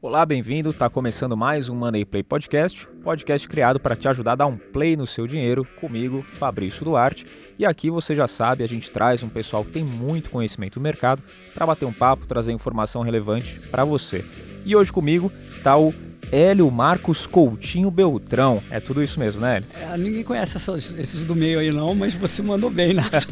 Olá, bem-vindo. Tá começando mais um Money Play Podcast, podcast criado para te ajudar a dar um play no seu dinheiro, comigo, Fabrício Duarte. E aqui você já sabe, a gente traz um pessoal que tem muito conhecimento no mercado para bater um papo, trazer informação relevante para você. E hoje comigo tá o Hélio Marcos Coutinho Beltrão. É tudo isso mesmo, né, Hélio? Ninguém conhece esses do meio aí não, mas você mandou bem nessa.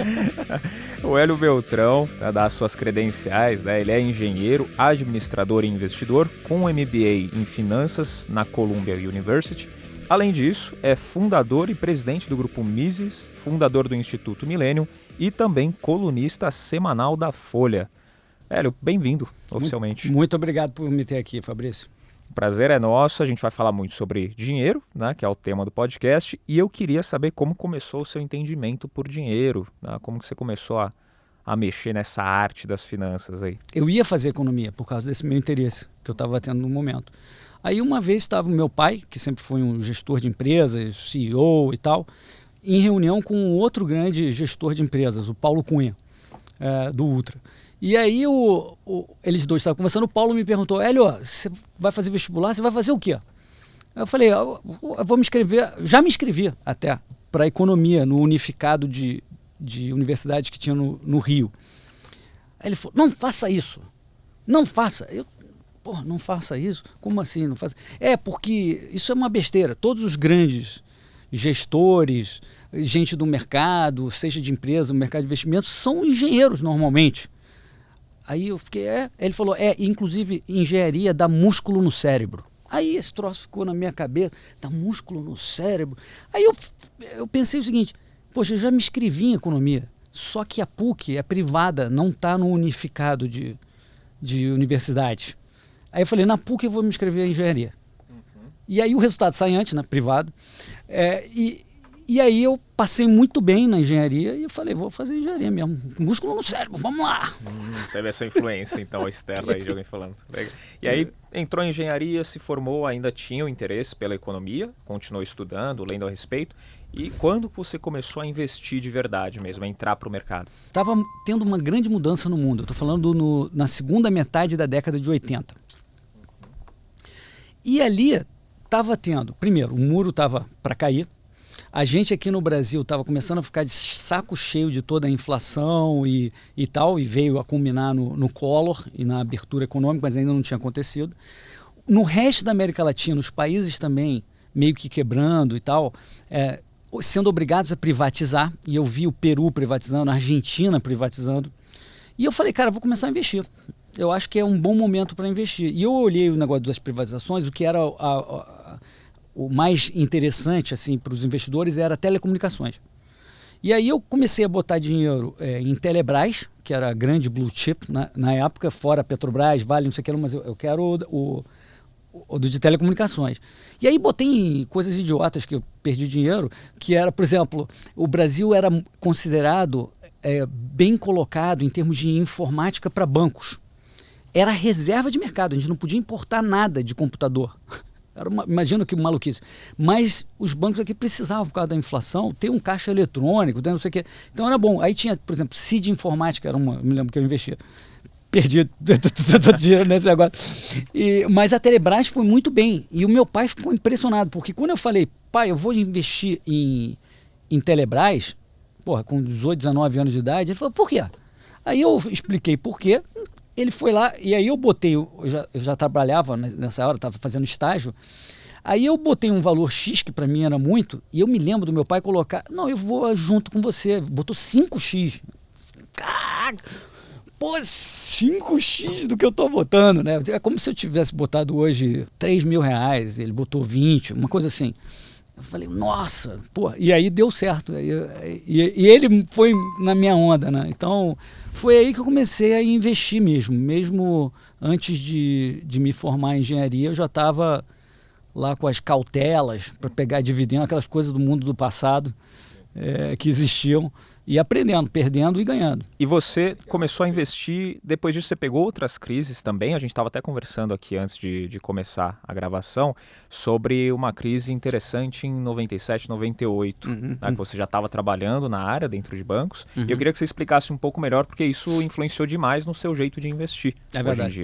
O Hélio Beltrão, para dar suas credenciais, né? Ele é engenheiro, administrador e investidor com MBA em Finanças na Columbia University. Além disso, é fundador e presidente do grupo Mises, fundador do Instituto Millennium e também colunista semanal da Folha. Hélio, bem-vindo oficialmente. Muito obrigado por me ter aqui, Fabrício. O prazer é nosso, a gente vai falar muito sobre dinheiro, né, que é o tema do podcast, e eu queria saber como começou o seu entendimento por dinheiro, né, como que você começou a mexer nessa arte das finanças aí. Eu ia fazer economia por causa desse meu interesse que eu estava tendo no momento. Aí uma vez estava o meu pai, que sempre foi um gestor de empresas, CEO e tal, em reunião com outro grande gestor de empresas, o Paulo Cunha, do Ultra. E aí eles dois estavam conversando, o Paulo me perguntou, Hélio, você vai fazer vestibular, você vai fazer o quê? Eu falei, eu vou me inscrever, já me inscrevi até, para economia, no unificado de universidades que tinha no Rio. Aí ele falou, não faça isso, não faça. Não faça isso? Como assim não faça? Porque isso é uma besteira, todos os grandes gestores, gente do mercado, seja de empresa, mercado de investimentos, são engenheiros normalmente. Aí eu fiquei, Ele falou, inclusive engenharia dá músculo no cérebro. Aí esse troço ficou na minha cabeça, dá músculo no cérebro. Aí eu pensei o seguinte, poxa, eu já me inscrevi em economia, só que a PUC é privada, não está no unificado de universidade. Aí eu falei, na PUC eu vou me inscrever em engenharia. Uhum. E aí o resultado sai antes, né, privado. E aí eu passei muito bem na engenharia e eu falei, vou fazer engenharia mesmo. Músculo no cérebro, vamos lá. Teve essa influência, então, externa aí de alguém falando. E aí entrou em engenharia, se formou, ainda tinha o interesse pela economia, continuou estudando, lendo a respeito. E quando você começou a investir de verdade mesmo, a entrar para o mercado? Estava tendo uma grande mudança no mundo. Eu estou falando na segunda metade da década de 80. E ali estava tendo, primeiro, o muro estava para cair. A gente aqui no Brasil estava começando a ficar de saco cheio de toda a inflação e tal, e veio a culminar no Collor e na abertura econômica, mas ainda não tinha acontecido. No resto da América Latina, os países também meio que quebrando e tal, sendo obrigados a privatizar, e eu vi o Peru privatizando, a Argentina privatizando, e eu falei, cara, vou começar a investir. Eu acho que é um bom momento para investir. E eu olhei o negócio das privatizações, o que era o mais interessante assim, para os investidores era telecomunicações. E aí eu comecei a botar dinheiro em Telebrás, que era a grande blue chip na época, fora Petrobras, Vale, não sei o que, mas eu quero o de telecomunicações. E aí botei em coisas idiotas que eu perdi dinheiro, que era, por exemplo, o Brasil era considerado bem colocado em termos de informática para bancos. Era reserva de mercado, a gente não podia importar nada de computador. Imagina que maluquice. Mas os bancos aqui precisavam, por causa da inflação, ter um caixa eletrônico, não sei o quê. Então era bom. Aí tinha, por exemplo, CID Informática, me lembro que eu investia. Perdi todo dinheiro nesse negócio. Mas a Telebrás foi muito bem. E o meu pai ficou impressionado, porque quando eu falei, pai, eu vou investir em Telebrás, com 18, 19 anos de idade, ele falou, por quê? Aí eu expliquei por quê. Ele foi lá, e aí eu botei, eu já trabalhava nessa hora, estava fazendo estágio, aí eu botei um valor X, que para mim era muito, e eu me lembro do meu pai colocar, não, eu vou junto com você, botou 5X. Caraca, 5X do que eu tô botando, né? É como se eu tivesse botado hoje R$3.000, ele botou 20, uma coisa assim. Eu falei, nossa, e aí deu certo. E ele foi na minha onda, né? Então, foi aí que eu comecei a investir mesmo antes de me formar em engenharia, eu já estava lá com as cautelas para pegar dividendo, aquelas coisas do mundo do passado que existiam, e aprendendo, perdendo e ganhando. E você começou a investir, depois disso você pegou outras crises também, a gente estava até conversando aqui antes de começar a gravação, sobre uma crise interessante em 97, 98, né, que você já estava trabalhando na área dentro de bancos, e eu queria que você explicasse um pouco melhor, porque isso influenciou demais no seu jeito de investir hoje em dia, né?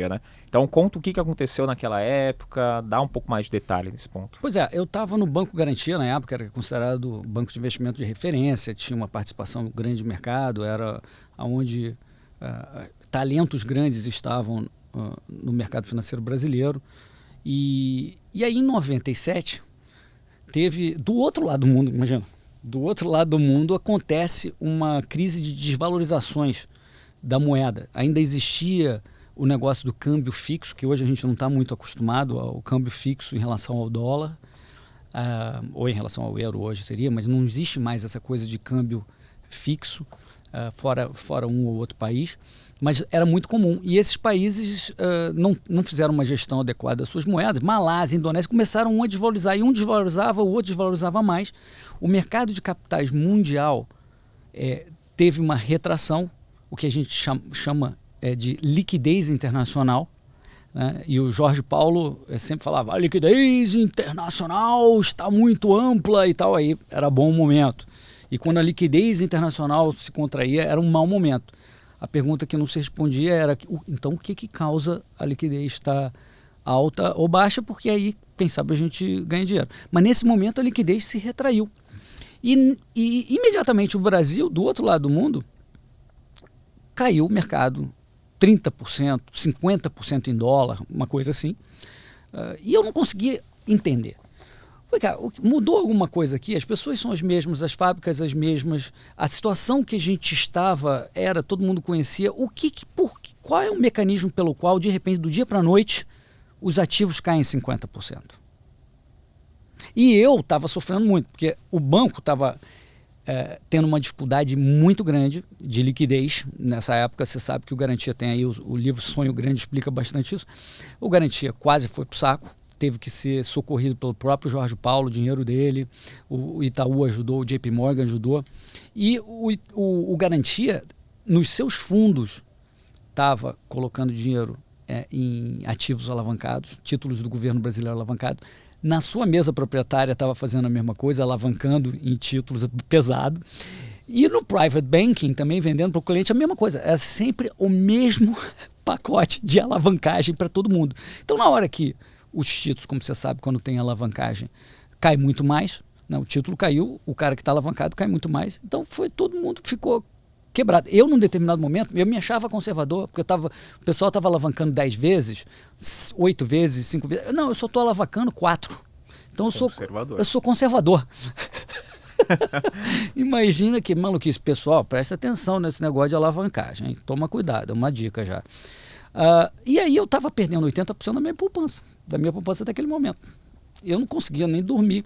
Então conta o que aconteceu naquela época, dá um pouco mais de detalhe nesse ponto. Pois é, eu estava no Banco Garantia na época, era considerado banco de investimento de referência, tinha uma participação grande de mercado, era onde talentos grandes estavam no mercado financeiro brasileiro. E aí em 97 teve, do outro lado do mundo, imagina, do outro lado do mundo acontece uma crise de desvalorizações da moeda. Ainda existia o negócio do câmbio fixo, que hoje a gente não está muito acostumado ao câmbio fixo em relação ao dólar, ou em relação ao euro hoje seria, mas não existe mais essa coisa de câmbio fixo, fora um ou outro país, mas era muito comum. E esses países não fizeram uma gestão adequada das suas moedas. Malásia, Indonésia começaram um a desvalorizar, e um desvalorizava, o outro desvalorizava mais. O mercado de capitais mundial teve uma retração, o que a gente chama de liquidez internacional, né? E o Jorge Paulo sempre falava, a liquidez internacional está muito ampla e tal, aí era bom momento. E quando a liquidez internacional se contraía, era um mau momento. A pergunta que não se respondia era, então o que causa a liquidez estar alta ou baixa? Porque aí, quem sabe, a gente ganha dinheiro. Mas nesse momento a liquidez se retraiu. E imediatamente o Brasil, do outro lado do mundo, caiu o mercado 30%, 50% em dólar, uma coisa assim. E eu não conseguia entender. Falei, cara, mudou alguma coisa aqui? As pessoas são as mesmas, as fábricas as mesmas, a situação que a gente estava todo mundo conhecia. Qual é o mecanismo pelo qual, de repente, do dia para a noite, os ativos caem 50%? E eu estava sofrendo muito, porque o banco estava tendo uma dificuldade muito grande de liquidez. Nessa época, você sabe que o Garantia tem aí, o livro Sonho Grande explica bastante isso. O Garantia quase foi para o saco, teve que ser socorrido pelo próprio Jorge Paulo, o dinheiro dele, o Itaú ajudou, o JP Morgan ajudou. E o Garantia, nos seus fundos, estava colocando dinheiro em ativos alavancados, títulos do governo brasileiro alavancados. Na sua mesa proprietária estava fazendo a mesma coisa, alavancando em títulos pesado. E no private banking também vendendo para o cliente a mesma coisa. É sempre o mesmo pacote de alavancagem para todo mundo. Então, na hora que os títulos, como você sabe, quando tem alavancagem, cai muito mais, né? O título caiu, o cara que está alavancado cai muito mais. Então, todo mundo ficou quebrado. Eu, num determinado momento, eu me achava conservador, porque o pessoal estava alavancando 10 vezes, 8 vezes, 5 vezes. Não, eu só estou alavancando 4. Então eu sou conservador. Imagina que maluquice. Pessoal, presta atenção nesse negócio de alavancagem, hein? Toma cuidado, é uma dica já. E aí eu estava perdendo 80% da minha poupança daquele momento. Eu não conseguia nem dormir.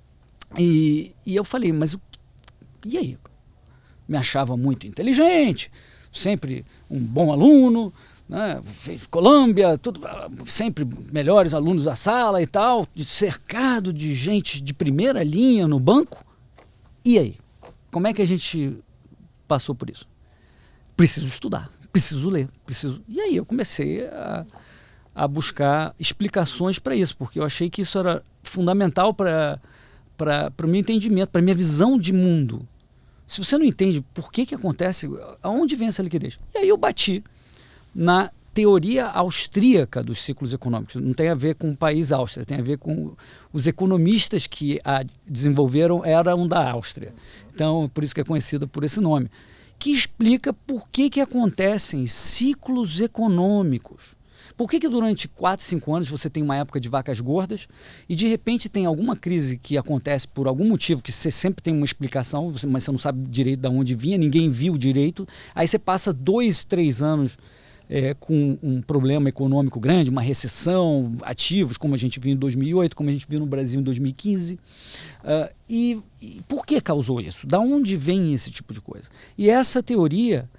E eu falei, mas e aí? Me achava muito inteligente, sempre um bom aluno, né? Fez Colômbia, sempre melhores alunos da sala e tal, cercado de gente de primeira linha no banco. E aí? Como é que a gente passou por isso? Preciso estudar, preciso ler, E aí eu comecei a buscar explicações para isso, porque eu achei que isso era fundamental para o meu entendimento, para a minha visão de mundo. Se você não entende por que acontece, aonde vem essa liquidez? E aí eu bati na teoria austríaca dos ciclos econômicos. Não tem a ver com o país Áustria, tem a ver com os economistas que a desenvolveram, eram da Áustria. Então, por isso que é conhecida por esse nome. Que explica por que acontecem ciclos econômicos. Por que durante 4, 5 anos você tem uma época de vacas gordas e de repente tem alguma crise que acontece por algum motivo, que você sempre tem uma explicação, mas você não sabe direito de onde vinha, ninguém viu direito, aí você passa 2, 3 anos com um problema econômico grande, uma recessão, ativos, como a gente viu em 2008, como a gente viu no Brasil em 2015. E por que causou isso? Da onde vem esse tipo de coisa? E essa teoria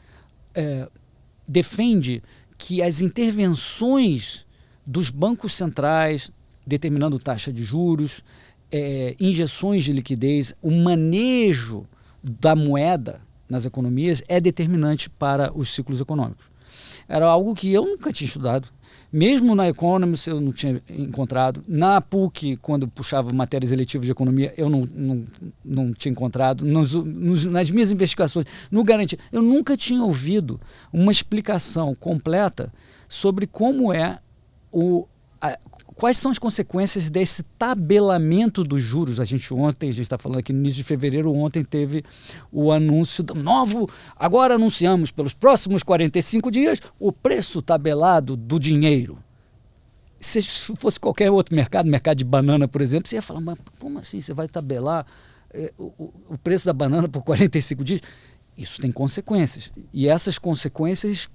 defende que as intervenções dos bancos centrais, determinando taxa de juros, injeções de liquidez, o manejo da moeda nas economias é determinante para os ciclos econômicos. Era algo que eu nunca tinha estudado. Mesmo na Economist eu não tinha encontrado. Na PUC, quando puxava matérias eletivas de economia, eu não tinha encontrado. Nas minhas investigações, no Garantia, eu nunca tinha ouvido uma explicação completa sobre como é quais são as consequências desse tabelamento dos juros? A gente está falando aqui no início de fevereiro, ontem teve o anúncio do novo, agora anunciamos pelos próximos 45 dias o preço tabelado do dinheiro. Se fosse qualquer outro mercado de banana, por exemplo, você ia falar, mas como assim você vai tabelar o preço da banana por 45 dias? Isso tem consequências. E essas consequências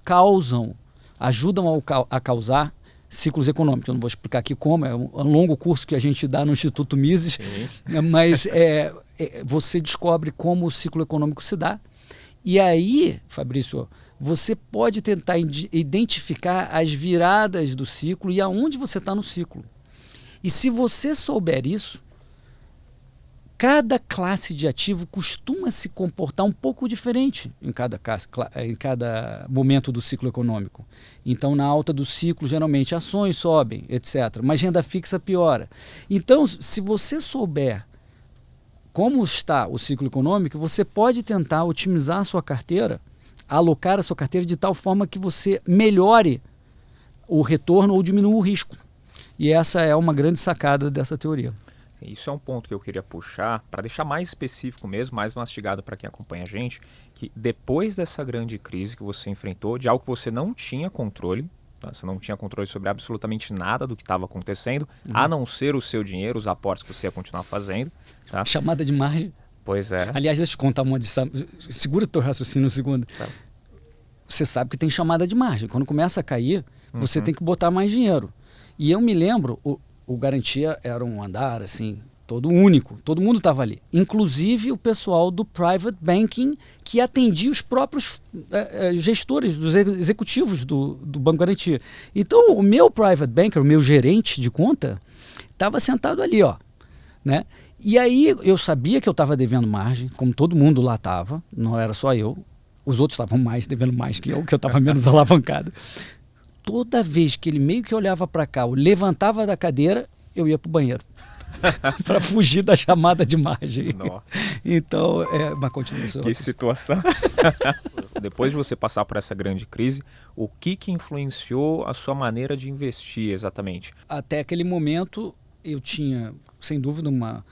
ajudam a causar ciclos econômicos. Eu não vou explicar aqui como, é um longo curso que a gente dá no Instituto Mises, mas você descobre como o ciclo econômico se dá. E aí, Fabrício, você pode tentar identificar as viradas do ciclo e aonde você está no ciclo. E se você souber isso, cada classe de ativo costuma se comportar um pouco diferente em cada momento do ciclo econômico. Então, na alta do ciclo, geralmente ações sobem, etc. Mas renda fixa piora. Então, se você souber como está o ciclo econômico, você pode tentar otimizar a sua carteira, alocar a sua carteira de tal forma que você melhore o retorno ou diminua o risco. E essa é uma grande sacada dessa teoria. Isso é um ponto que eu queria puxar, para deixar mais específico mesmo, mais mastigado para quem acompanha a gente, que depois dessa grande crise que você enfrentou, de algo que você não tinha controle, tá? Você não tinha controle sobre absolutamente nada do que estava acontecendo, a não ser o seu dinheiro, os aportes que você ia continuar fazendo. Tá? Chamada de margem. Pois é. Aliás, deixa eu te contar uma de... Segura o teu raciocínio um segundo. Tá. Você sabe que tem chamada de margem. Quando começa a cair, você tem que botar mais dinheiro. E eu me lembro... O Garantia era um andar, assim, todo único. Todo mundo estava ali. Inclusive o pessoal do private banking que atendia os próprios gestores, dos executivos do Banco Garantia. Então, o meu private banker, o meu gerente de conta, estava sentado ali, ó, né? E aí eu sabia que eu estava devendo margem, como todo mundo lá estava, não era só eu. Os outros estavam devendo mais que eu estava menos alavancado. Toda vez que ele meio que olhava para cá, eu levantava da cadeira, eu ia para o banheiro. Para fugir da chamada de margem. Nossa. Então, mas continua. Que situação. Depois de você passar por essa grande crise, o que influenciou a sua maneira de investir exatamente? Até aquele momento, eu tinha, sem dúvida,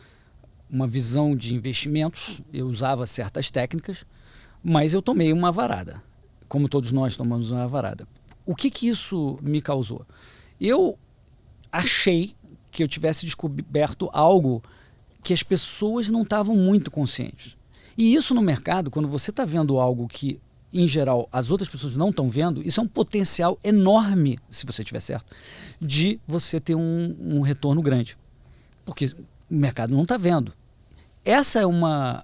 uma visão de investimentos. Eu usava certas técnicas, mas eu tomei uma varada. Como todos nós tomamos uma varada. O que isso me causou? Eu achei que eu tivesse descoberto algo que as pessoas não estavam muito conscientes. E isso no mercado, quando você está vendo algo que, em geral, as outras pessoas não estão vendo, isso é um potencial enorme, se você estiver certo, de você ter um retorno grande. Porque o mercado não está vendo. Essa é uma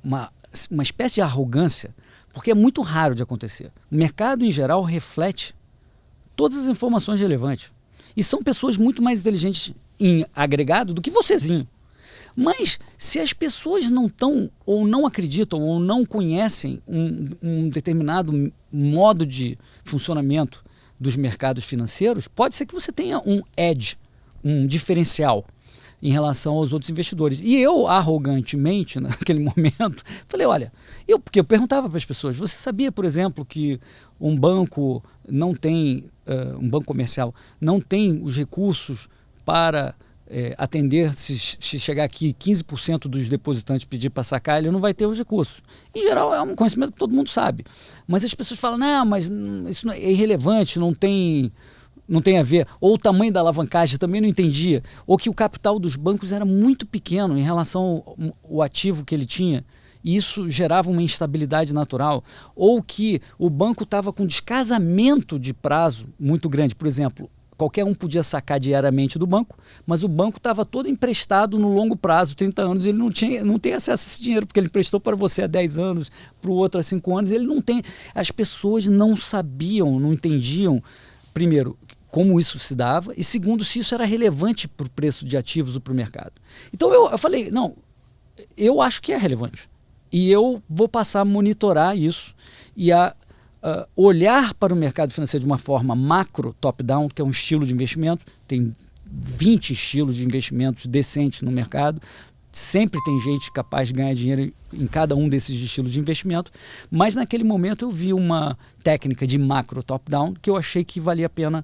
espécie de arrogância, porque é muito raro de acontecer. O mercado, em geral, reflete todas as informações relevantes. E são pessoas muito mais inteligentes em agregado do que vocêzinho. Mas se as pessoas não estão, ou não acreditam, ou não conhecem um determinado modo de funcionamento dos mercados financeiros, pode ser que você tenha um edge, um diferencial em relação aos outros investidores. E eu, arrogantemente, naquele momento, falei, olha, porque eu perguntava para as pessoas, você sabia, por exemplo, que um banco não tem, um banco comercial, não tem os recursos para atender, se chegar aqui 15% dos depositantes pedir para sacar, ele não vai ter os recursos. Em geral, é um conhecimento que todo mundo sabe. Mas as pessoas falam, não, mas isso é irrelevante, não tem a ver. Ou o tamanho da alavancagem, também não entendia. Ou que o capital dos bancos era muito pequeno em relação ao ativo que ele tinha. E isso gerava uma instabilidade natural. Ou que o banco estava com descasamento de prazo muito grande. Por exemplo, qualquer um podia sacar diariamente do banco, mas o banco estava todo emprestado no longo prazo, 30 anos, ele não tem acesso a esse dinheiro, porque ele emprestou para você há 10 anos, para o outro há 5 anos, ele não tem. As pessoas não sabiam, não entendiam, primeiro, como isso se dava, e segundo, se isso era relevante para o preço de ativos ou para o mercado. Então eu falei, não, eu acho que é relevante. E eu vou passar a monitorar isso e a olhar para o mercado financeiro de uma forma macro, top-down, que é um estilo de investimento. Tem 20 estilos de investimentos decentes no mercado. Sempre tem gente capaz de ganhar dinheiro em cada um desses estilos de investimento. Mas naquele momento eu vi uma técnica de macro, top-down, que eu achei que valia a pena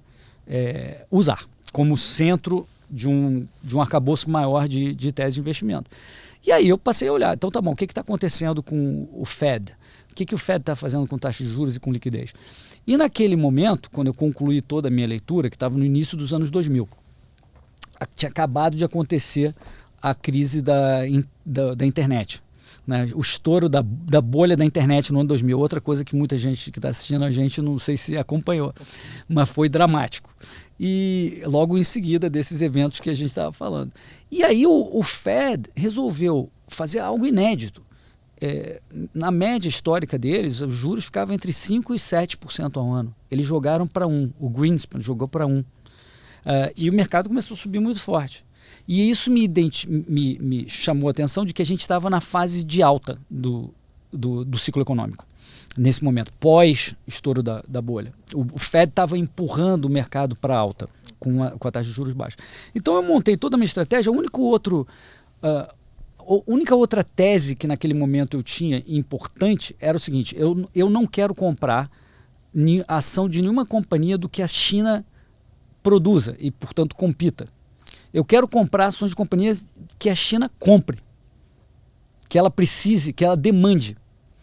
usar como centro de um arcabouço maior de tese de investimento. E aí eu passei a olhar, então tá bom, o que está acontecendo com o Fed? O que o Fed está fazendo com taxa de juros e com liquidez? E naquele momento, quando eu concluí toda a minha leitura, que estava no início dos anos 2000, tinha acabado de acontecer a crise da internet, né? O estouro da bolha da internet no ano 2000. Outra coisa que muita gente que está assistindo a gente não sei se acompanhou, mas foi dramático. E logo em seguida desses eventos que a gente estava falando. E aí o Fed resolveu fazer algo inédito. Na média histórica deles, os juros ficavam entre 5% e 7% ao ano. Eles jogaram para 1%. O Greenspan jogou para 1%. E o mercado começou a subir muito forte. E isso me chamou a atenção de que a gente estava na fase de alta do ciclo econômico. Nesse momento, pós-estouro da bolha. O Fed estava empurrando o mercado para alta com a taxa de juros baixa. Então eu montei toda a minha estratégia. A única outra tese que naquele momento eu tinha importante era o seguinte: eu não quero comprar ação de nenhuma companhia do que a China produza e, portanto, compita. Eu quero comprar ações de companhias que a China compre, que ela precise, que ela demande.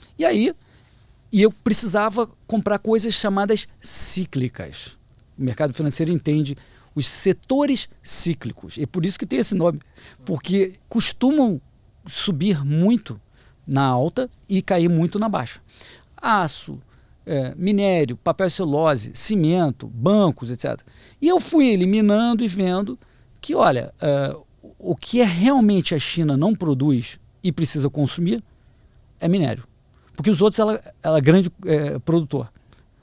E eu precisava comprar coisas chamadas cíclicas. O mercado financeiro entende os setores cíclicos. É por isso que tem esse nome, porque costumam subir muito na alta e cair muito na baixa. Aço, minério, papel e celulose, cimento, bancos, etc. E eu fui eliminando e vendo que, olha, o que realmente a China não produz e precisa consumir é minério. Porque os outros ela é grande produtora.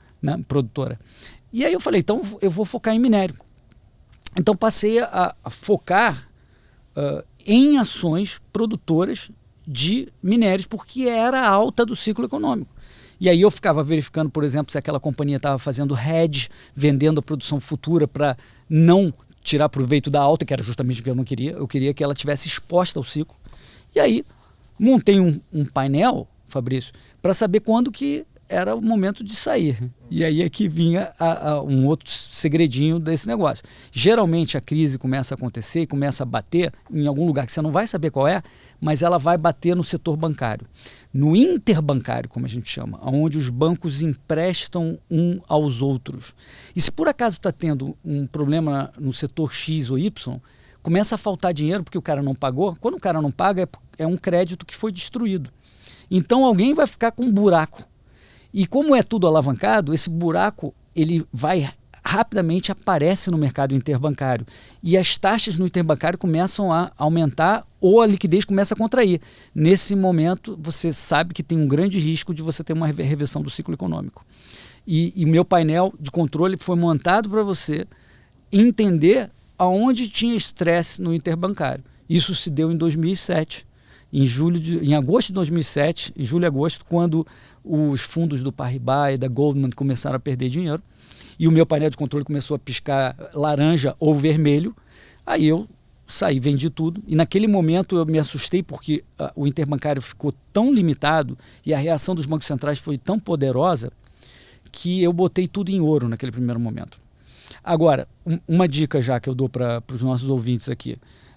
E aí eu falei, então eu vou focar em minério. Então passei a focar em ações produtoras de minérios, porque era a alta do ciclo econômico. E aí eu ficava verificando, por exemplo, se aquela companhia estava fazendo hedge, vendendo a produção futura para não tirar proveito da alta, que era justamente o que eu não queria. Eu queria que ela tivesse exposta ao ciclo. E aí montei um painel, Fabrício, para saber quando que era o momento de sair. E aí é que vinha um outro segredinho desse negócio. Geralmente a crise começa a acontecer e começa a bater em algum lugar que você não vai saber qual é, mas ela vai bater no setor bancário. No interbancário, como a gente chama, onde os bancos emprestam um aos outros. E se por acaso está tendo um problema no setor X ou Y, começa a faltar dinheiro porque o cara não pagou. Quando o cara não paga, é um crédito que foi destruído. Então alguém vai ficar com um buraco. E como é tudo alavancado, esse buraco ele vai rapidamente aparece no mercado interbancário. E as taxas no interbancário começam a aumentar ou a liquidez começa a contrair. Nesse momento, você sabe que tem um grande risco de você ter uma reversão do ciclo econômico. E o meu painel de controle foi montado para você entender aonde tinha estresse no interbancário. Isso se deu em 2007. Em agosto de 2007, em julho e agosto, quando os fundos do Paribas e da Goldman começaram a perder dinheiro e o meu painel de controle começou a piscar laranja ou vermelho, aí eu saí, vendi tudo. E naquele momento eu me assustei porque o interbancário ficou tão limitado e a reação dos bancos centrais foi tão poderosa que eu botei tudo em ouro naquele primeiro momento. Agora, uma dica já que eu dou para os nossos ouvintes aqui.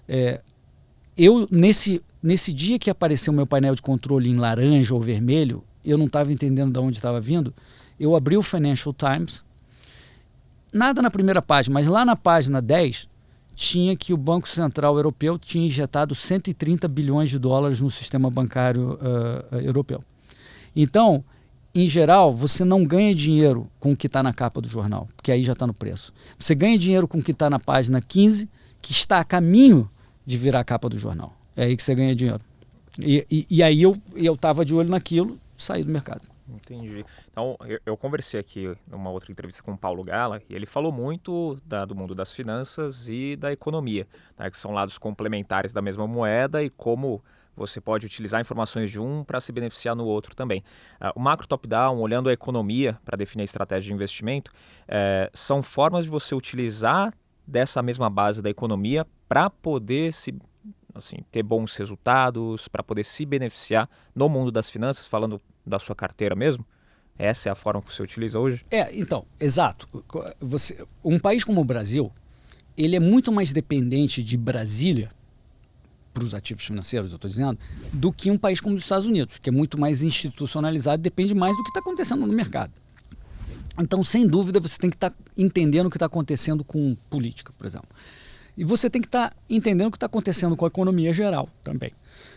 Eu, nesse dia que apareceu o meu painel de controle em laranja ou vermelho, eu não estava entendendo de onde estava vindo, eu abri o Financial Times, nada na primeira página, mas lá na página 10 tinha que o Banco Central Europeu tinha injetado 130 bilhões de dólares no sistema bancário europeu. Então, em geral, você não ganha dinheiro com o que está na capa do jornal, porque aí já está no preço. Você ganha dinheiro com o que está na página 15, que está a caminho de virar a capa do jornal. É aí que você ganha dinheiro. E aí eu estava de olho naquilo, saí do mercado. Entendi. Então, eu conversei aqui numa outra entrevista com o Paulo Gala e ele falou muito do mundo das finanças e da economia, né, que são lados complementares da mesma moeda e como você pode utilizar informações de um para se beneficiar no outro também. O macro top-down, olhando a economia para definir a estratégia de investimento, são formas de você utilizar dessa mesma base da economia para poder ter bons resultados, para poder se beneficiar no mundo das finanças, falando da sua carteira mesmo? Essa é a forma que você utiliza hoje? Então, exato. Um país como o Brasil, ele é muito mais dependente de Brasília, para os ativos financeiros, eu estou dizendo, do que um país como os Estados Unidos, que é muito mais institucionalizado e depende mais do que está acontecendo no mercado. Então, sem dúvida, você tem que estar entendendo o que está acontecendo com política, por exemplo. E você tem que estar entendendo o que está acontecendo com a economia geral também.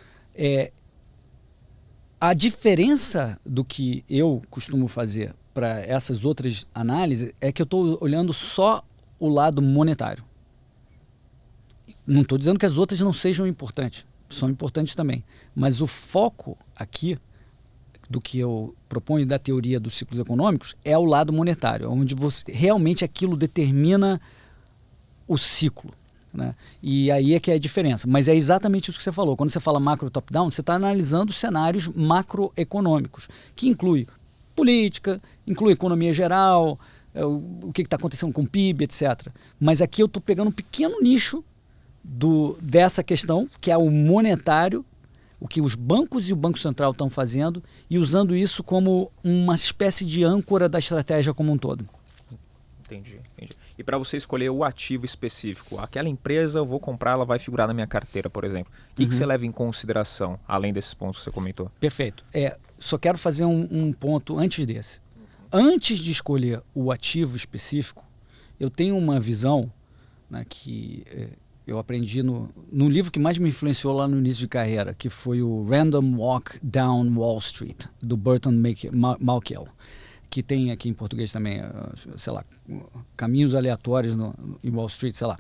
A diferença do que eu costumo fazer para essas outras análises é que eu estou olhando só o lado monetário. Não estou dizendo que as outras não sejam importantes, são importantes também. Mas o foco aqui do que eu proponho da teoria dos ciclos econômicos é o lado monetário, onde realmente aquilo determina o ciclo. Né? E aí é que é a diferença. Mas é exatamente isso que você falou. Quando você fala macro top-down, você está analisando cenários macroeconômicos, que inclui política, inclui economia geral, o que está acontecendo com o PIB, etc. Mas aqui eu estou pegando um pequeno nicho dessa questão, que é o monetário, o que os bancos e o Banco Central estão fazendo, e usando isso como uma espécie de âncora da estratégia como um todo. Entendi. E para você escolher o ativo específico, aquela empresa eu vou comprar, ela vai figurar na minha carteira, por exemplo. O que você leva em consideração, além desses pontos que você comentou? Perfeito. Só quero fazer um ponto antes desse. Antes de escolher o ativo específico, eu tenho uma visão, né, que eu aprendi no livro que mais me influenciou lá no início de carreira, que foi o Random Walk Down Wall Street, do Burton Malkiel, que tem aqui em português também, sei lá, caminhos aleatórios em Wall Street, sei lá.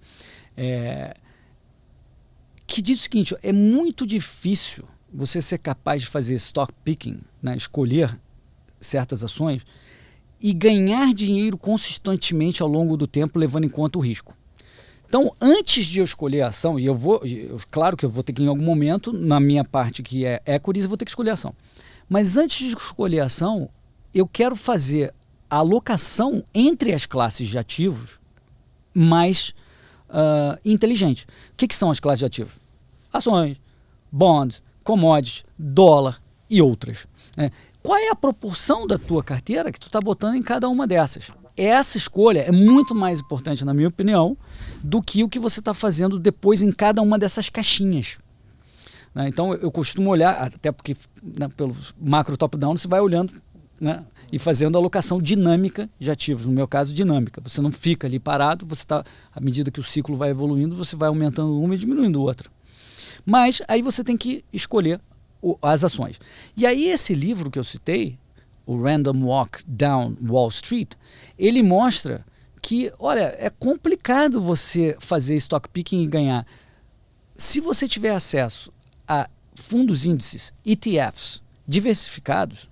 Que diz o seguinte: é muito difícil você ser capaz de fazer stock picking, né, escolher certas ações e ganhar dinheiro consistentemente ao longo do tempo, levando em conta o risco. Então, antes de eu escolher a ação, e claro que eu vou ter que em algum momento, na minha parte que é equities, eu vou ter que escolher a ação. Mas antes de escolher a ação, eu quero fazer a alocação entre as classes de ativos mais inteligente. O que são as classes de ativos? Ações, bonds, commodities, dólar e outras. Qual é a proporção da tua carteira que tu está botando em cada uma dessas? Essa escolha é muito mais importante, na minha opinião, do que o que você está fazendo depois em cada uma dessas caixinhas. Então, eu costumo olhar, até porque pelo macro top-down você vai olhando, né, e fazendo a alocação dinâmica de ativos, no meu caso, dinâmica. Você não fica ali parado, à medida que o ciclo vai evoluindo, você vai aumentando uma e diminuindo outra. Mas aí você tem que escolher as ações. E aí esse livro que eu citei, o Random Walk Down Wall Street, ele mostra que, olha, é complicado você fazer stock picking e ganhar. Se você tiver acesso a fundos índices, ETFs, diversificados,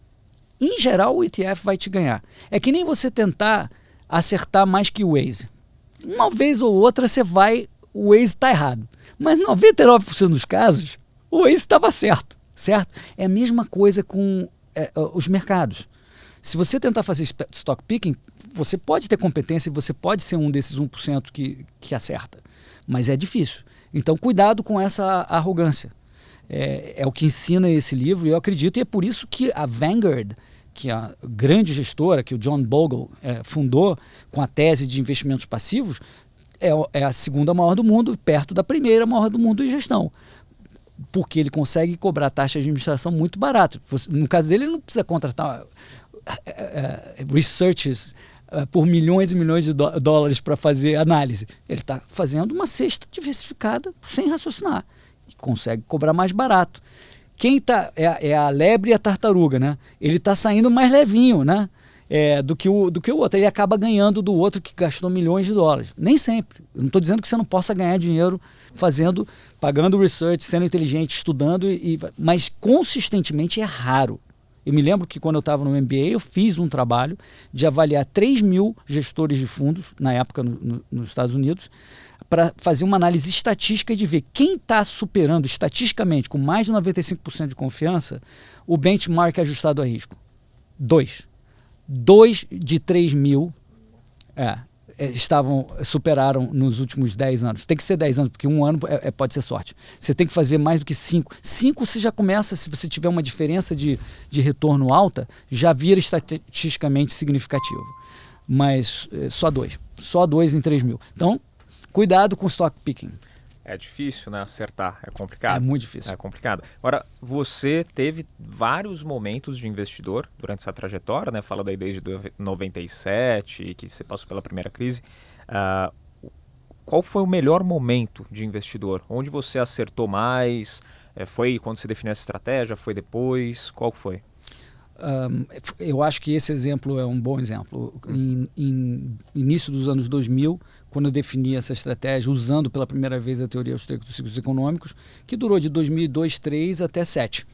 em geral o ETF vai te ganhar. É que nem você tentar acertar mais que o Waze. Uma vez ou outra o Waze está errado. Mas 99% dos casos, o Waze estava certo. É a mesma coisa com os mercados. Se você tentar fazer stock picking, você pode ter competência e você pode ser um desses 1% que acerta. Mas é difícil. Então, cuidado com essa arrogância. É o que ensina esse livro, e eu acredito, e é por isso que a Vanguard, que é a grande gestora que o John Bogle fundou com a tese de investimentos passivos, é a segunda maior do mundo, perto da primeira maior do mundo em gestão. Porque ele consegue cobrar taxa de administração muito barata. No caso dele, ele não precisa contratar researchers por milhões e milhões de dólares para fazer análise. Ele está fazendo uma cesta diversificada sem raciocinar. E consegue cobrar mais barato. Quem tá é a lebre e a tartaruga, né? Ele está saindo mais levinho, né? Do que o outro. Ele acaba ganhando do outro que gastou milhões de dólares. Nem sempre. Eu não estou dizendo que você não possa ganhar dinheiro pagando research, sendo inteligente, estudando, mas consistentemente é raro. Eu me lembro que quando eu estava no MBA, eu fiz um trabalho de avaliar 3.000 gestores de fundos, na época nos Estados Unidos, para fazer uma análise estatística de ver quem está superando estatisticamente, com mais de 95% de confiança, o benchmark ajustado a risco. 2 de 3.000 superaram nos últimos 10 anos. Tem que ser 10 anos, porque um ano pode ser sorte. Você tem que fazer mais do que 5. 5 você já começa, se você tiver uma diferença de retorno alta, já vira estatisticamente significativo. Mas só 2. Só 2 em 3 mil. Então, cuidado com o stock picking. É difícil, né? Acertar. É complicado. É muito difícil. É complicado. Agora, você teve vários momentos de investidor durante essa trajetória, né? Fala daí desde 97, que você passou pela primeira crise. Qual foi o melhor momento de investidor? Onde você acertou mais? Foi quando você definiu essa estratégia? Foi depois? Qual foi? Eu acho que esse exemplo é um bom exemplo. Em início dos anos 2000, quando eu defini essa estratégia, usando pela primeira vez a teoria austríaca dos ciclos econômicos, que durou de 2002, 2003 até 2007.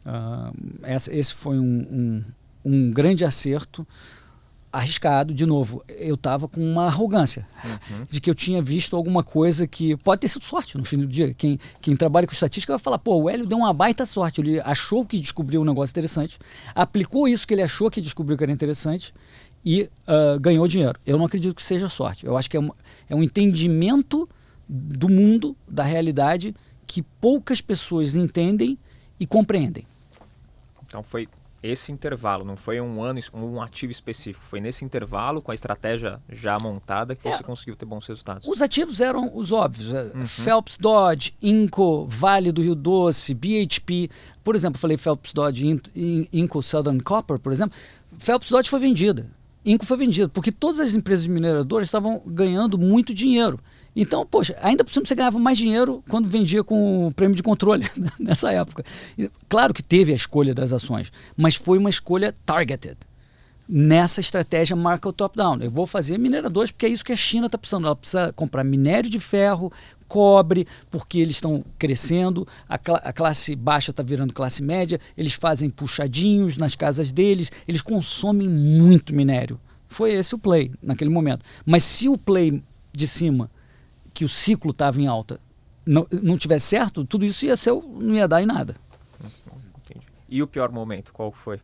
Esse foi um grande acerto, arriscado. De novo, eu estava com uma arrogância de que eu tinha visto alguma coisa que pode ter sido sorte no fim do dia. Quem trabalha com estatística vai falar, pô, o Hélio deu uma baita sorte, ele achou que descobriu um negócio interessante, aplicou isso que ele achou que descobriu que era interessante e ganhou dinheiro. Eu não acredito que seja sorte. Eu acho que é um entendimento do mundo, da realidade, que poucas pessoas entendem e compreendem. Então foi esse intervalo, não foi um ativo específico, foi nesse intervalo, com a estratégia já montada, que você conseguiu ter bons resultados. Os ativos eram os óbvios, Phelps Dodge, Inco, Vale do Rio Doce, BHP, por exemplo, eu falei Phelps Dodge, Inco Southern Copper, por exemplo, Phelps Dodge foi vendida, Inco foi vendida, porque todas as empresas mineradoras estavam ganhando muito dinheiro. Então, poxa, ainda por cima você ganhava mais dinheiro quando vendia com o prêmio de controle nessa época. E, claro que teve a escolha das ações, mas foi uma escolha targeted. Nessa estratégia market top-down. Eu vou fazer mineradores porque é isso que a China está precisando. Ela precisa comprar minério de ferro, cobre, porque eles estão crescendo, a classe baixa está virando classe média, eles fazem puxadinhos nas casas deles, eles consomem muito minério. Foi esse o play naquele momento. Mas se o play de cima, que o ciclo estava em alta, não tivesse certo, tudo isso não ia dar em nada. Entendi. E o pior momento, qual foi?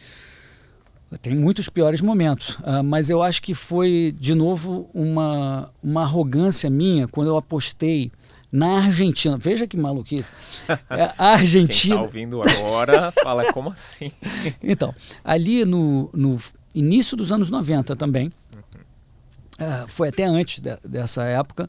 Tem muitos piores momentos, mas eu acho que foi, de novo, uma arrogância minha quando eu apostei na Argentina. Veja que maluquice. A Argentina... Quem está ouvindo agora fala, como assim? Então, ali no início dos anos 90 também, foi até antes dessa época,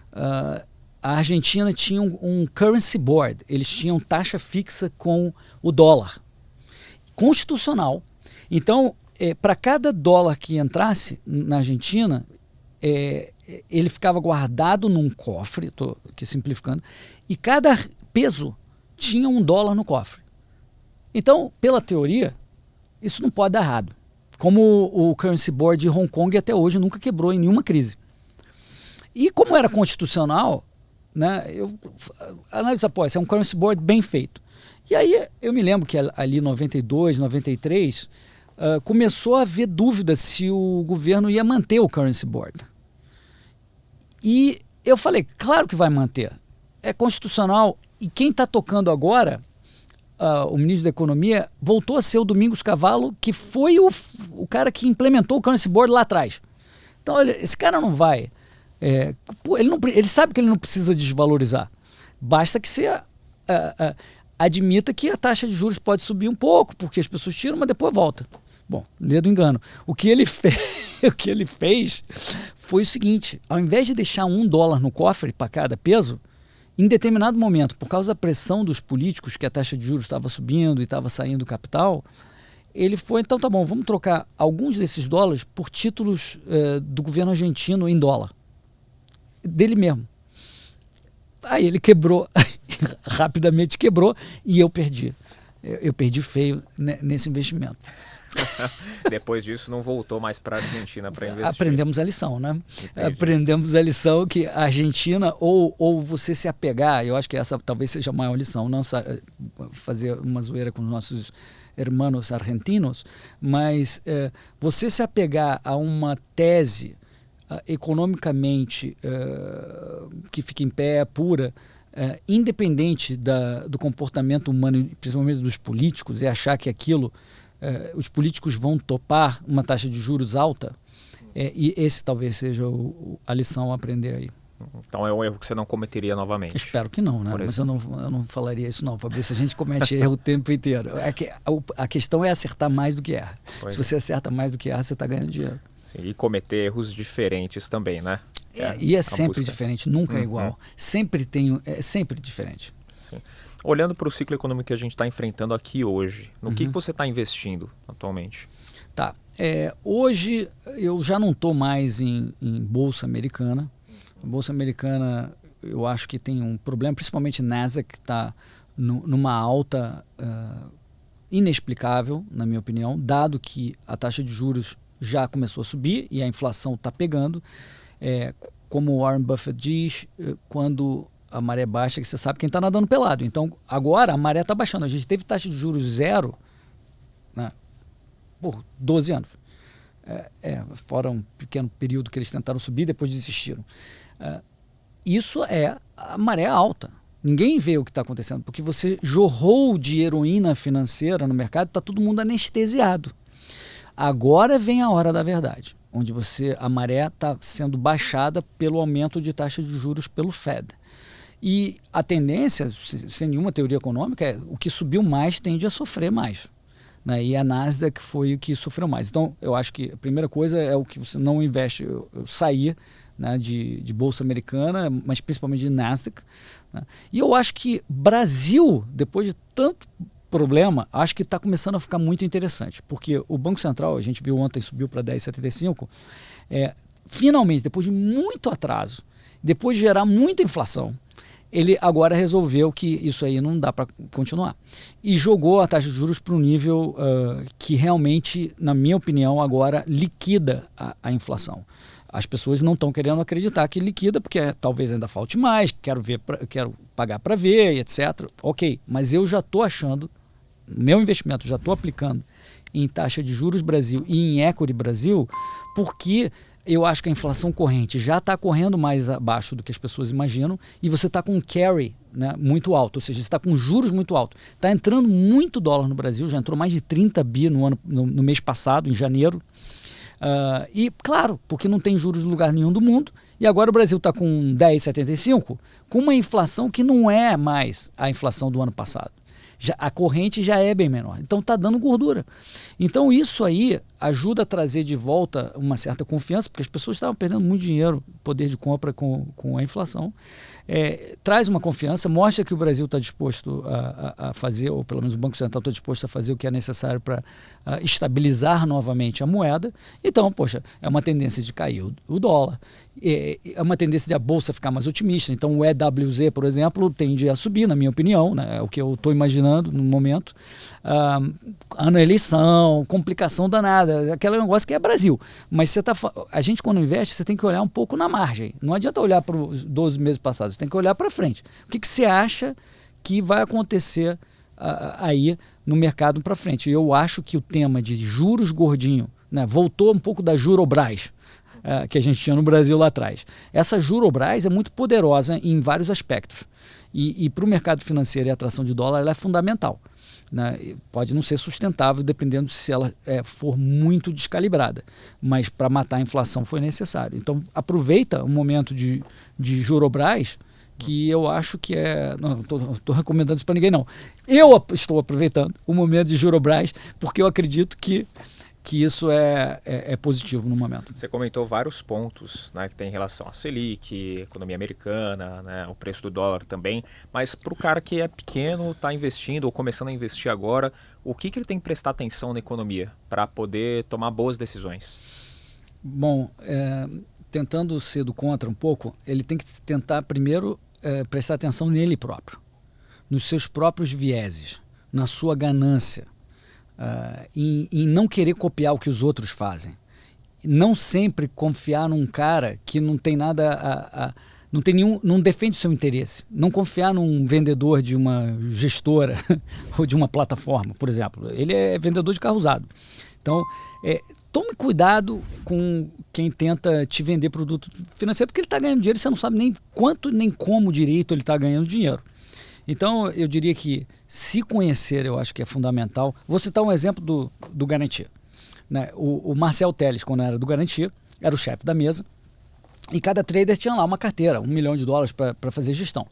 a Argentina tinha um currency board, eles tinham taxa fixa com o dólar, constitucional. Então, para cada dólar que entrasse na Argentina, ele ficava guardado num cofre, estou aqui simplificando, e cada peso tinha $1 no cofre. Então, pela teoria, isso não pode dar errado. Como o currency board de Hong Kong até hoje nunca quebrou em nenhuma crise. E como era constitucional, né, análise após, é um currency board bem feito. E aí eu me lembro que ali em 92, 93, começou a haver dúvida se o governo ia manter o currency board. E eu falei, claro que vai manter. É constitucional. E quem está tocando agora, o ministro da Economia, voltou a ser o Domingos Cavallo, que foi o cara que implementou o currency board lá atrás. Então, olha, esse cara não vai... ele sabe que ele não precisa desvalorizar. Basta que você admita que a taxa de juros pode subir um pouco, porque as pessoas tiram, mas depois volta. Bom, lê do engano. O que ele fez foi o seguinte, ao invés de deixar $1 no cofre para cada peso, em determinado momento, por causa da pressão dos políticos, que a taxa de juros estava subindo e estava saindo capital, ele foi, então tá bom, vamos trocar alguns desses dólares por títulos do governo argentino em dólar. Dele mesmo. Aí ele quebrou, rapidamente quebrou, e eu perdi. Eu perdi feio nesse investimento. Depois disso não voltou mais para a Argentina para investir. Aprendemos a lição, né? Entendi. Aprendemos a lição que a Argentina, ou você se apegar, eu acho que essa talvez seja a maior lição, não fazer uma zoeira com os nossos irmãos argentinos, mas você se apegar a uma tese economicamente que fica em pé, pura, independente do comportamento humano, principalmente dos políticos, e achar que aquilo... os políticos vão topar uma taxa de juros alta, E esse talvez seja a lição a aprender aí. Então é um erro que você não cometeria novamente. Espero que não, né? Mas eu não falaria isso não, Fabrício. A gente comete erro o tempo inteiro. A questão é acertar mais do que erra. Se você acerta mais do que erra, você está ganhando dinheiro. Sim, e cometer erros diferentes também, né? E é sempre diferente, nunca é igual. É sempre diferente. Sim. Olhando para o ciclo econômico que a gente está enfrentando aqui hoje, no que você está investindo atualmente? Tá. Hoje eu já não estou mais em Bolsa Americana. A Bolsa Americana eu acho que tem um problema, principalmente Nasdaq, que está numa alta inexplicável, na minha opinião, dado que a taxa de juros já começou a subir e a inflação está pegando. Como Warren Buffett diz, quando a maré baixa, que você sabe quem está nadando pelado. Então, agora a maré está baixando. A gente teve taxa de juros zero, né, por 12 anos. Fora um pequeno período que eles tentaram subir, depois desistiram. Isso é a maré alta. Ninguém vê o que está acontecendo, porque você jorrou de heroína financeira no mercado, está todo mundo anestesiado. Agora vem a hora da verdade, onde a maré está sendo baixada pelo aumento de taxa de juros pelo Fed. E a tendência, sem nenhuma teoria econômica, o que subiu mais tende a sofrer mais. Né? E a Nasdaq foi o que sofreu mais. Então, eu acho que a primeira coisa é o que você não investe. Eu saí, né, de Bolsa Americana, mas principalmente de Nasdaq. Né? E eu acho que Brasil, depois de tanto problema, acho que está começando a ficar muito interessante, porque o Banco Central, a gente viu ontem, subiu para 10,75, finalmente, depois de muito atraso, depois de gerar muita inflação, ele agora resolveu que isso aí não dá para continuar. E jogou a taxa de juros para um nível que realmente, na minha opinião, agora liquida a inflação. As pessoas não estão querendo acreditar que liquida, porque talvez ainda falte mais, quero pagar para ver, etc. Ok, mas eu já estou achando, meu investimento já estou aplicando em taxa de juros Brasil e em equity Brasil, porque eu acho que a inflação corrente já está correndo mais abaixo do que as pessoas imaginam e você está com um carry, né, muito alto, ou seja, você está com juros muito altos. Está entrando muito dólar no Brasil, já entrou mais de 30 bi no mês passado, em janeiro. E, claro, porque não tem juros em lugar nenhum do mundo, e agora o Brasil está com 10,75, com uma inflação que não é mais a inflação do ano passado. A corrente já é bem menor, então está dando gordura. Então isso aí ajuda a trazer de volta uma certa confiança, porque as pessoas estavam perdendo muito dinheiro, poder de compra com a inflação. Traz uma confiança, mostra que o Brasil está disposto a fazer, ou pelo menos o Banco Central está disposto a fazer o que é necessário para estabilizar novamente a moeda. Então, poxa, é uma tendência de cair o dólar, é uma tendência de a Bolsa ficar mais otimista. Então o EWZ, por exemplo, tende a subir, na minha opinião, né? É o que eu estou imaginando no momento. Ano eleição, complicação danada, aquele negócio que é Brasil. Mas a gente quando investe, você tem que olhar um pouco na margem. Não adianta olhar para os 12 meses passados, você tem que olhar para frente. O que você acha que vai acontecer aí no mercado para frente? Eu acho que o tema de juros gordinho, né, voltou um pouco da Jurobras, que a gente tinha no Brasil lá atrás. Essa Jurobras é muito poderosa em vários aspectos. E para o mercado financeiro e a atração de dólar, ela é fundamental. Né? Pode não ser sustentável, dependendo se ela for muito descalibrada. Mas para matar a inflação foi necessário. Então aproveita o momento de Jurobras, que eu acho que não estou recomendando isso para ninguém, não. Eu estou aproveitando o momento de Jurobras, porque eu acredito que isso é positivo no momento. Você comentou vários pontos, né, que tem relação à Selic, economia americana, né, o preço do dólar também, mas para o cara que é pequeno, está investindo ou começando a investir agora, o que ele tem que prestar atenção na economia para poder tomar boas decisões? Bom, tentando ser do contra um pouco, ele tem que tentar primeiro prestar atenção nele próprio, nos seus próprios vieses, na sua ganância, em não querer copiar o que os outros fazem. Não sempre confiar num cara que não tem nada não defende o seu interesse. Não confiar num vendedor de uma gestora ou de uma plataforma, por exemplo. Ele é vendedor de carro usado. Então, tome cuidado com quem tenta te vender produto financeiro, porque ele está ganhando dinheiro e você não sabe nem quanto nem como direito ele está ganhando dinheiro. Então, eu diria que se conhecer, eu acho que é fundamental. Vou citar um exemplo do Garantia. Né? O Marcel Telles, quando era do Garantia, era o chefe da mesa, e cada trader tinha lá uma carteira, $1 milhão para fazer gestão.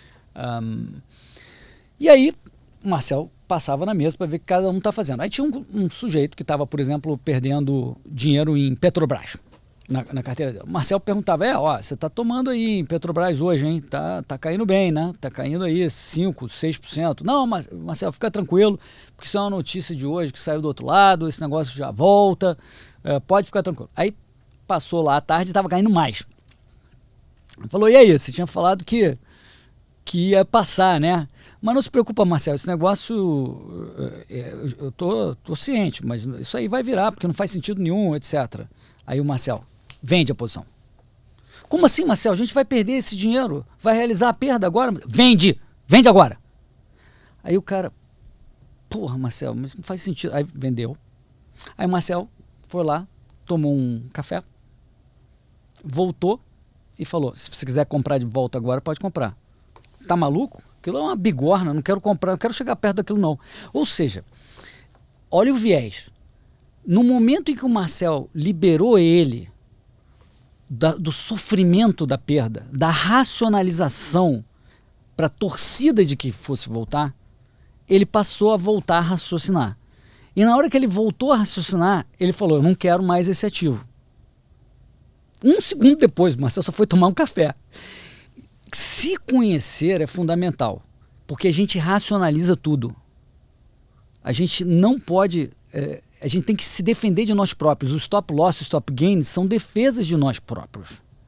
E aí, o Marcel passava na mesa para ver o que cada um está fazendo. Aí tinha um sujeito que estava, por exemplo, perdendo dinheiro em Petrobras, na carteira dele. O Marcel perguntava, você está tomando aí em Petrobras hoje, hein? Tá caindo bem, né? Tá caindo aí 5%, 6%. Não, Marcel, fica tranquilo, porque isso é uma notícia de hoje que saiu do outro lado, esse negócio já volta, pode ficar tranquilo. Aí passou lá à tarde e estava caindo mais. Ele falou, e aí, você tinha falado que ia passar, né? Mas não se preocupa, Marcel, esse negócio, eu tô ciente, mas isso aí vai virar, porque não faz sentido nenhum, etc. Aí o Marcel, vende a posição. Como assim, Marcel? A gente vai perder esse dinheiro? Vai realizar a perda agora? Vende agora. Aí o cara, porra, Marcel, mas não faz sentido. Aí vendeu. Aí o Marcel foi lá, tomou um café, voltou e falou, se você quiser comprar de volta agora, pode comprar. Tá maluco? Aquilo é uma bigorna, não quero comprar, não quero chegar perto daquilo não. Ou seja, olha o viés. No momento em que o Marcel liberou ele do sofrimento da perda, da racionalização para a torcida de que fosse voltar, ele passou a voltar a raciocinar. E na hora que ele voltou a raciocinar, ele falou, eu não quero mais esse ativo. 1 segundo depois, o Marcel só foi tomar um café. Se conhecer é fundamental, porque a gente racionaliza tudo. A gente não pode... a gente tem que se defender de nós próprios. Os stop loss e stop gains são defesas de nós próprios.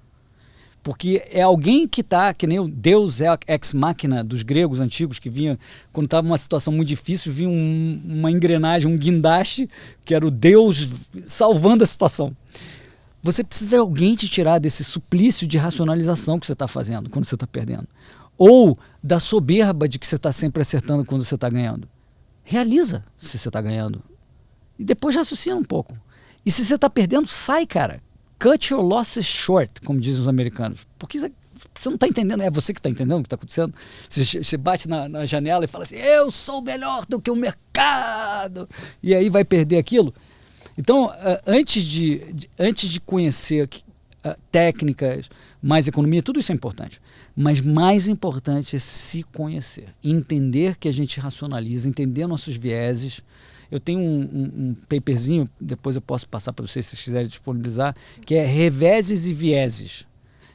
Porque é alguém que está, que nem o Deus ex machina dos gregos antigos, que vinha, quando estava numa situação muito difícil, vinha uma engrenagem, um guindaste, que era o Deus salvando a situação. Você precisa de alguém te tirar desse suplício de racionalização que você está fazendo quando você está perdendo. Ou da soberba de que você está sempre acertando quando você está ganhando. Realiza se você está ganhando. E depois raciocina um pouco. E se você está perdendo, sai, cara. Cut your losses short, como dizem os americanos. Porque você não está entendendo, é você que está entendendo o que está acontecendo. Você bate na janela e fala assim, eu sou melhor do que o mercado. E aí vai perder aquilo. Então, antes de conhecer técnicas, mais economia, tudo isso é importante. Mas mais importante é se conhecer. Entender que a gente racionaliza, entender nossos vieses. Eu tenho um paperzinho, depois eu posso passar para vocês se vocês quiserem disponibilizar, que é Reveses e Vieses.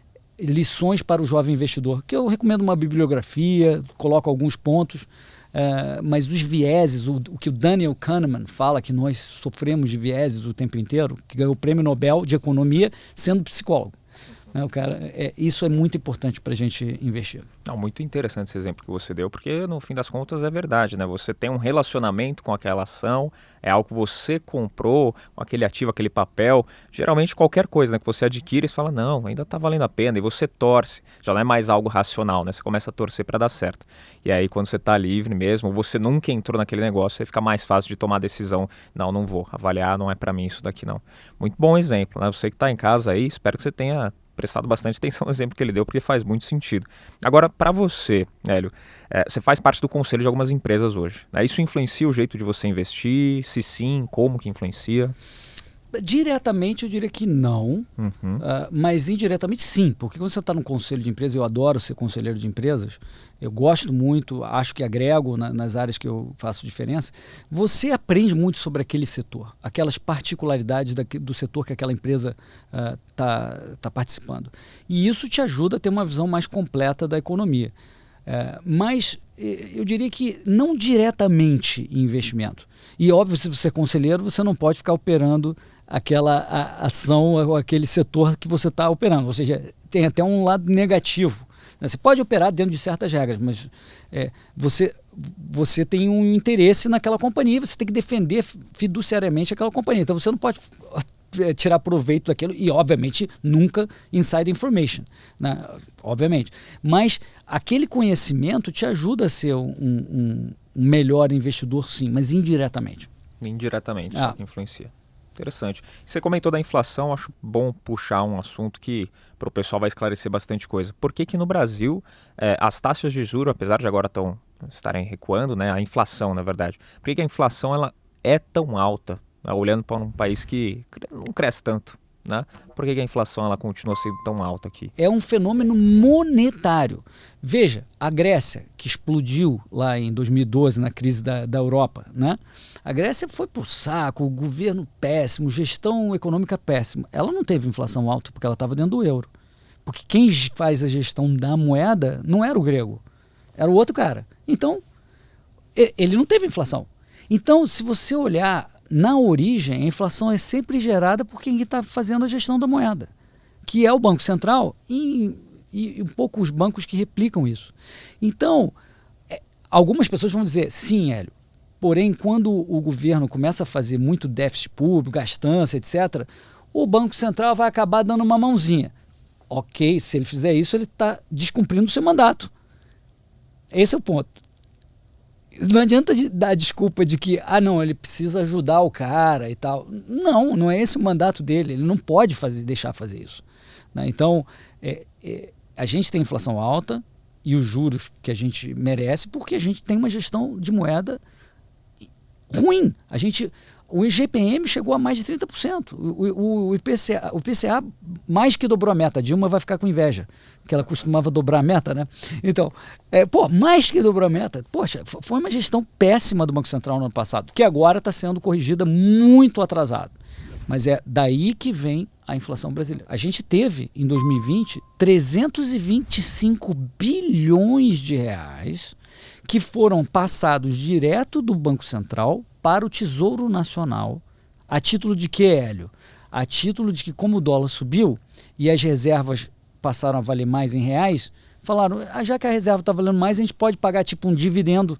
Lições para o jovem investidor, que eu recomendo uma bibliografia, coloco alguns pontos, mas os vieses, o que o Daniel Kahneman fala, que nós sofremos de vieses o tempo inteiro, que ganhou o Prêmio Nobel de Economia sendo psicólogo. Né, isso é muito importante para a gente investir. Não, muito interessante esse exemplo que você deu, porque no fim das contas é verdade, né? Você tem um relacionamento com aquela ação, é algo que você comprou, com aquele ativo, aquele papel. Geralmente qualquer coisa, né, que você adquire, você fala, não, ainda está valendo a pena, e você torce. Já não é mais algo racional, né? Você começa a torcer para dar certo. E aí quando você está livre mesmo, você nunca entrou naquele negócio, aí fica mais fácil de tomar a decisão. Não vou avaliar, não é para mim isso daqui não. Muito bom exemplo, né? Você que está em casa aí, espero que você tenha prestado bastante atenção no exemplo que ele deu, porque faz muito sentido. Agora, para você, Hélio, você faz parte do conselho de algumas empresas hoje. Né? Isso influencia o jeito de você investir? Se sim, como que influencia? Diretamente eu diria que não, mas indiretamente sim, porque quando você está no conselho de empresas, eu adoro ser conselheiro de empresas, eu gosto muito, acho que agrego nas áreas que eu faço diferença, você aprende muito sobre aquele setor, aquelas particularidades do setor que aquela empresa tá participando. E isso te ajuda a ter uma visão mais completa da economia. Mas eu diria que não diretamente em investimento. E óbvio, se você é conselheiro, você não pode ficar operando aquela ação ou aquele setor que você está operando. Ou seja, tem até um lado negativo. Né? Você pode operar dentro de certas regras, mas você tem um interesse naquela companhia, você tem que defender fiduciariamente aquela companhia. Então você não pode tirar proveito daquilo e, obviamente, nunca inside information, né? Obviamente. Mas aquele conhecimento te ajuda a ser um melhor investidor, sim, mas indiretamente. Indiretamente, isso que influencia. Interessante. Você comentou da inflação, acho bom puxar um assunto que para o pessoal vai esclarecer bastante coisa. Por que no Brasil as taxas de juros, apesar de agora estarem recuando, né, a inflação, na verdade, por que a inflação ela é tão alta? Olhando para um país que não cresce tanto. né? Por que a inflação ela continua sendo tão alta aqui? É um fenômeno monetário. Veja, a Grécia, que explodiu lá em 2012 na crise da Europa, né? A Grécia foi pro saco, o governo péssimo, gestão econômica péssima. Ela não teve inflação alta porque ela estava dentro do euro. Porque quem faz a gestão da moeda não era o grego, era o outro cara. Então, ele não teve inflação. Então, se você olhar na origem, a inflação é sempre gerada por quem está fazendo a gestão da moeda, que é o Banco Central e um pouco os bancos que replicam isso. Então, algumas pessoas vão dizer, sim, Hélio, porém, quando o governo começa a fazer muito déficit público, gastança, etc., o Banco Central vai acabar dando uma mãozinha. Ok, se ele fizer isso, ele está descumprindo o seu mandato. Esse é o ponto. Não adianta dar desculpa de que, não, ele precisa ajudar o cara e tal. Não, não é esse o mandato dele. Ele não pode deixar fazer isso, né? Então, a gente tem inflação alta e os juros que a gente merece porque a gente tem uma gestão de moeda ruim. O IGPM chegou a mais de 30%. O IPCA mais que dobrou a meta. A Dilma vai ficar com inveja, que ela costumava dobrar a meta, né? Então, mais que dobrou a meta. Poxa, foi uma gestão péssima do Banco Central no ano passado, que agora está sendo corrigida muito atrasado. Mas é daí que vem a inflação brasileira. A gente teve, em 2020, 325 bilhões de reais que foram passados direto do Banco Central para o Tesouro Nacional, a título de que, Hélio? A título de que, como o dólar subiu e as reservas passaram a valer mais em reais, falaram, já que a reserva está valendo mais, a gente pode pagar tipo um dividendo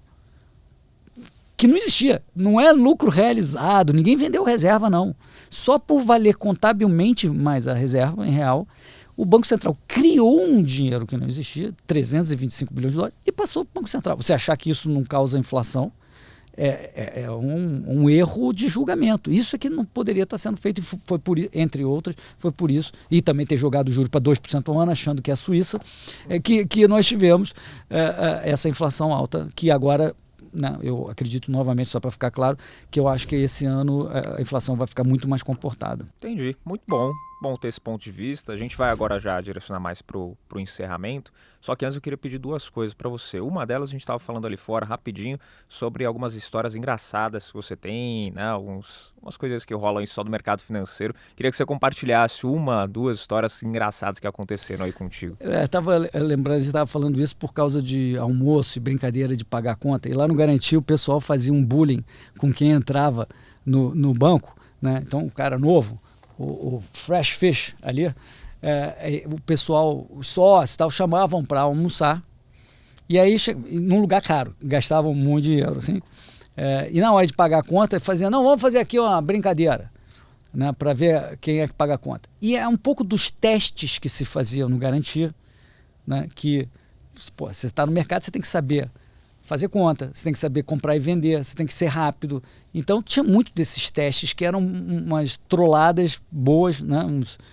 que não existia. Não é lucro realizado, ninguém vendeu reserva, não. Só por valer contabilmente mais a reserva em real, o Banco Central criou um dinheiro que não existia, 325 bilhões de dólares, e passou para o Banco Central. Você achar que isso não causa inflação é um erro de julgamento. Isso é que não poderia estar sendo feito, e foi entre outras, foi por isso, e também ter jogado o juro para 2% ao ano, achando que é a Suíça, que nós tivemos essa inflação alta, que agora, né, eu acredito novamente, só para ficar claro, que eu acho que esse ano a inflação vai ficar muito mais comportada. Entendi, muito bom. Bom ter esse ponto de vista. A gente vai agora já direcionar mais pro encerramento. Só que antes eu queria pedir duas coisas para você. Uma delas, a gente estava falando ali fora rapidinho sobre algumas histórias engraçadas que você tem, né? Umas coisas que rolam aí só do mercado financeiro. Queria que você compartilhasse uma, duas histórias engraçadas que aconteceram aí contigo. Estava lembrando, a gente estava falando isso por causa de almoço e brincadeira de pagar conta. E lá no Garantia o pessoal fazia um bullying com quem entrava no banco, né? Então o cara novo, o Fresh Fish ali, o pessoal, os sócios tal, chamavam para almoçar, e aí num lugar caro, gastavam muito dinheiro, assim, e na hora de pagar a conta, faziam, não, vamos fazer aqui uma brincadeira, né, para ver quem é que paga a conta. E é um pouco dos testes que se faziam no Garantia, né, que você está no mercado, você tem que saber fazer conta, você tem que saber comprar e vender, você tem que ser rápido. Então tinha muito desses testes que eram umas trolladas boas, né?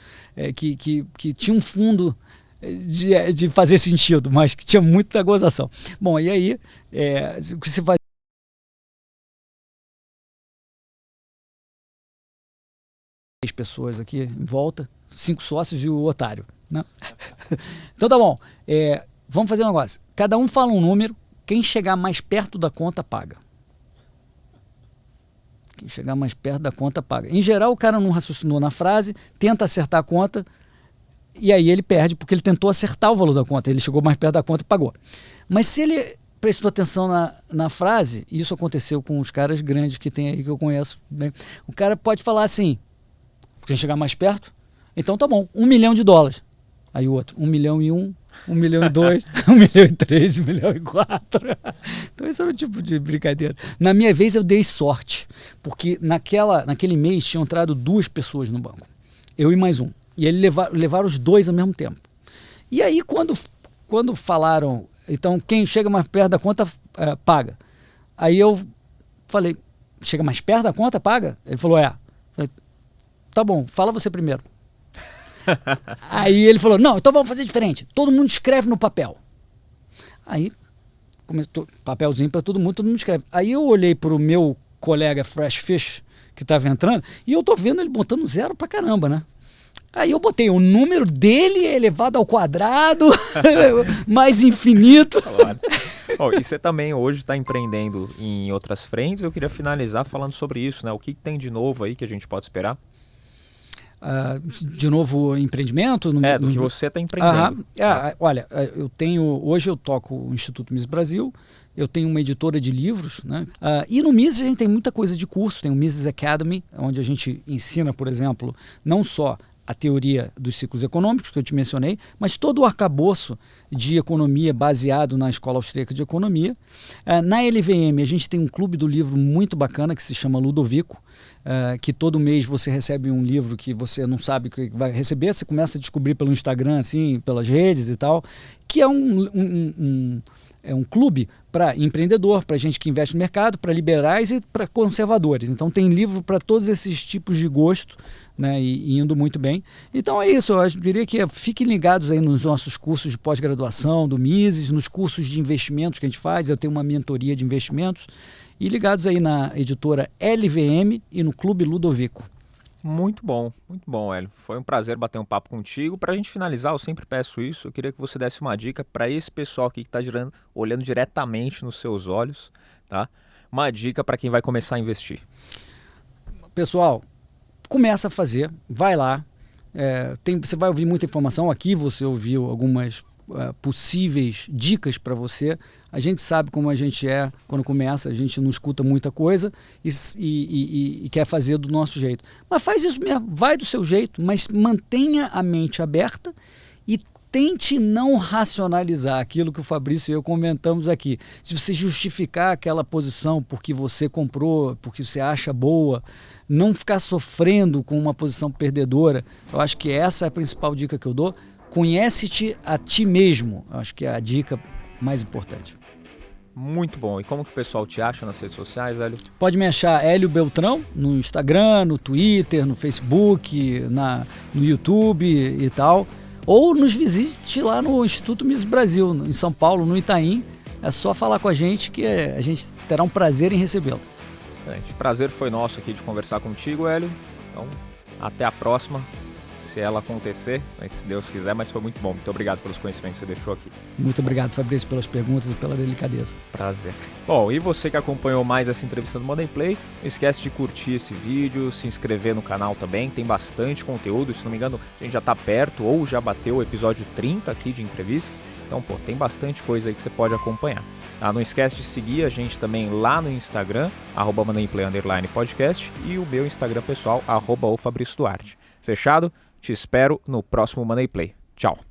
Que tinha um fundo de fazer sentido, mas que tinha muita gozação. Bom, e aí o que se faz pessoas aqui em volta, 5 sócios e o otário, né? Então tá bom, vamos fazer um negócio, cada um fala um número. Quem chegar mais perto da conta, paga. Quem chegar mais perto da conta, paga. Em geral, o cara não raciocinou na frase, tenta acertar a conta, e aí ele perde, porque ele tentou acertar o valor da conta. Ele chegou mais perto da conta e pagou. Mas se ele prestou atenção na frase, e isso aconteceu com os caras grandes que tem aí, que eu conheço, né? O cara pode falar assim, quem chegar mais perto, então tá bom, $1 milhão. Aí o outro, 1 milhão e 1, 1 milhão e 2, 1 milhão e 3, 1 milhão e 4. Então esse era o tipo de brincadeira. Na minha vez eu dei sorte, porque naquele mês tinham entrado 2 pessoas no banco, eu e mais um. E eles levaram os 2 ao mesmo tempo. E aí quando falaram, então quem chega mais perto da conta paga. Aí eu falei, chega mais perto da conta, paga? Ele falou, Falei, tá bom, fala você primeiro. Aí ele falou, não, então vamos fazer diferente. Todo mundo escreve no papel. Aí, começou papelzinho para todo mundo escreve. Aí eu olhei para o meu colega Fresh Fish, que estava entrando, e eu tô vendo ele botando 0 pra caramba, né? Aí eu botei o número dele elevado ao quadrado, mais infinito. Claro. Oh, e você também hoje está empreendendo em outras frentes. Eu queria finalizar falando sobre isso, né? O que tem de novo aí que a gente pode esperar? De novo, empreendimento? Do que você está empreendendo. Olha, hoje eu toco o Instituto Mises Brasil, eu tenho uma editora de livros, né? E no Mises a gente tem muita coisa de curso, tem o Mises Academy, onde a gente ensina, por exemplo, não só a teoria dos ciclos econômicos, que eu te mencionei, mas todo o arcabouço de economia baseado na Escola Austríaca de Economia. Na LVM, a gente tem um clube do livro muito bacana, que se chama Ludovico, que todo mês você recebe um livro que você não sabe que vai receber, você começa a descobrir pelo Instagram, assim, pelas redes e tal, que é um clube para empreendedor, para gente que investe no mercado, para liberais e para conservadores. Então tem livro para todos esses tipos de gosto, né, e indo muito bem. Então é isso, eu diria que fiquem ligados aí nos nossos cursos de pós-graduação do Mises, nos cursos de investimentos que a gente faz, eu tenho uma mentoria de investimentos, e ligados aí na editora LVM e no Clube Ludovico. Muito bom, Hélio. Foi um prazer bater um papo contigo. Para a gente finalizar, eu sempre peço isso, eu queria que você desse uma dica para esse pessoal aqui que está olhando diretamente nos seus olhos, tá? Uma dica para quem vai começar a investir. Pessoal, começa a fazer, vai lá, você vai ouvir muita informação aqui, você ouviu algumas possíveis dicas para você. A gente sabe como a gente é quando começa, a gente não escuta muita coisa e quer fazer do nosso jeito. Mas faz isso mesmo, vai do seu jeito, mas mantenha a mente aberta e tente não racionalizar aquilo que o Fabrício e eu comentamos aqui. Se você justificar aquela posição porque você comprou, porque você acha boa, não ficar sofrendo com uma posição perdedora, eu acho que essa é a principal dica que eu dou. Conhece-te a ti mesmo, eu acho que é a dica mais importante. Muito bom. E como que o pessoal te acha nas redes sociais, Hélio? Pode me achar Hélio Beltrão no Instagram, no Twitter, no Facebook, no YouTube e tal. Ou nos visite lá no Instituto Mises Brasil, em São Paulo, no Itaim. É só falar com a gente que a gente terá um prazer em recebê-lo. Excelente. Prazer foi nosso aqui de conversar contigo, Hélio. Então, até a próxima. Se ela acontecer, mas se Deus quiser, mas foi muito bom. Muito obrigado pelos conhecimentos que você deixou aqui. Muito obrigado, Fabrício, pelas perguntas e pela delicadeza. Prazer. Bom, e você que acompanhou mais essa entrevista do Money Play, não esquece de curtir esse vídeo, se inscrever no canal também, tem bastante conteúdo, se não me engano, a gente já está perto ou já bateu o episódio 30 aqui de entrevistas, então, tem bastante coisa aí que você pode acompanhar. Tá? Não esquece de seguir a gente também lá no Instagram, @moneyplay_podcast, e o meu Instagram pessoal, @oFabricioDuarte. Fechado? Te espero no próximo Money Play. Tchau!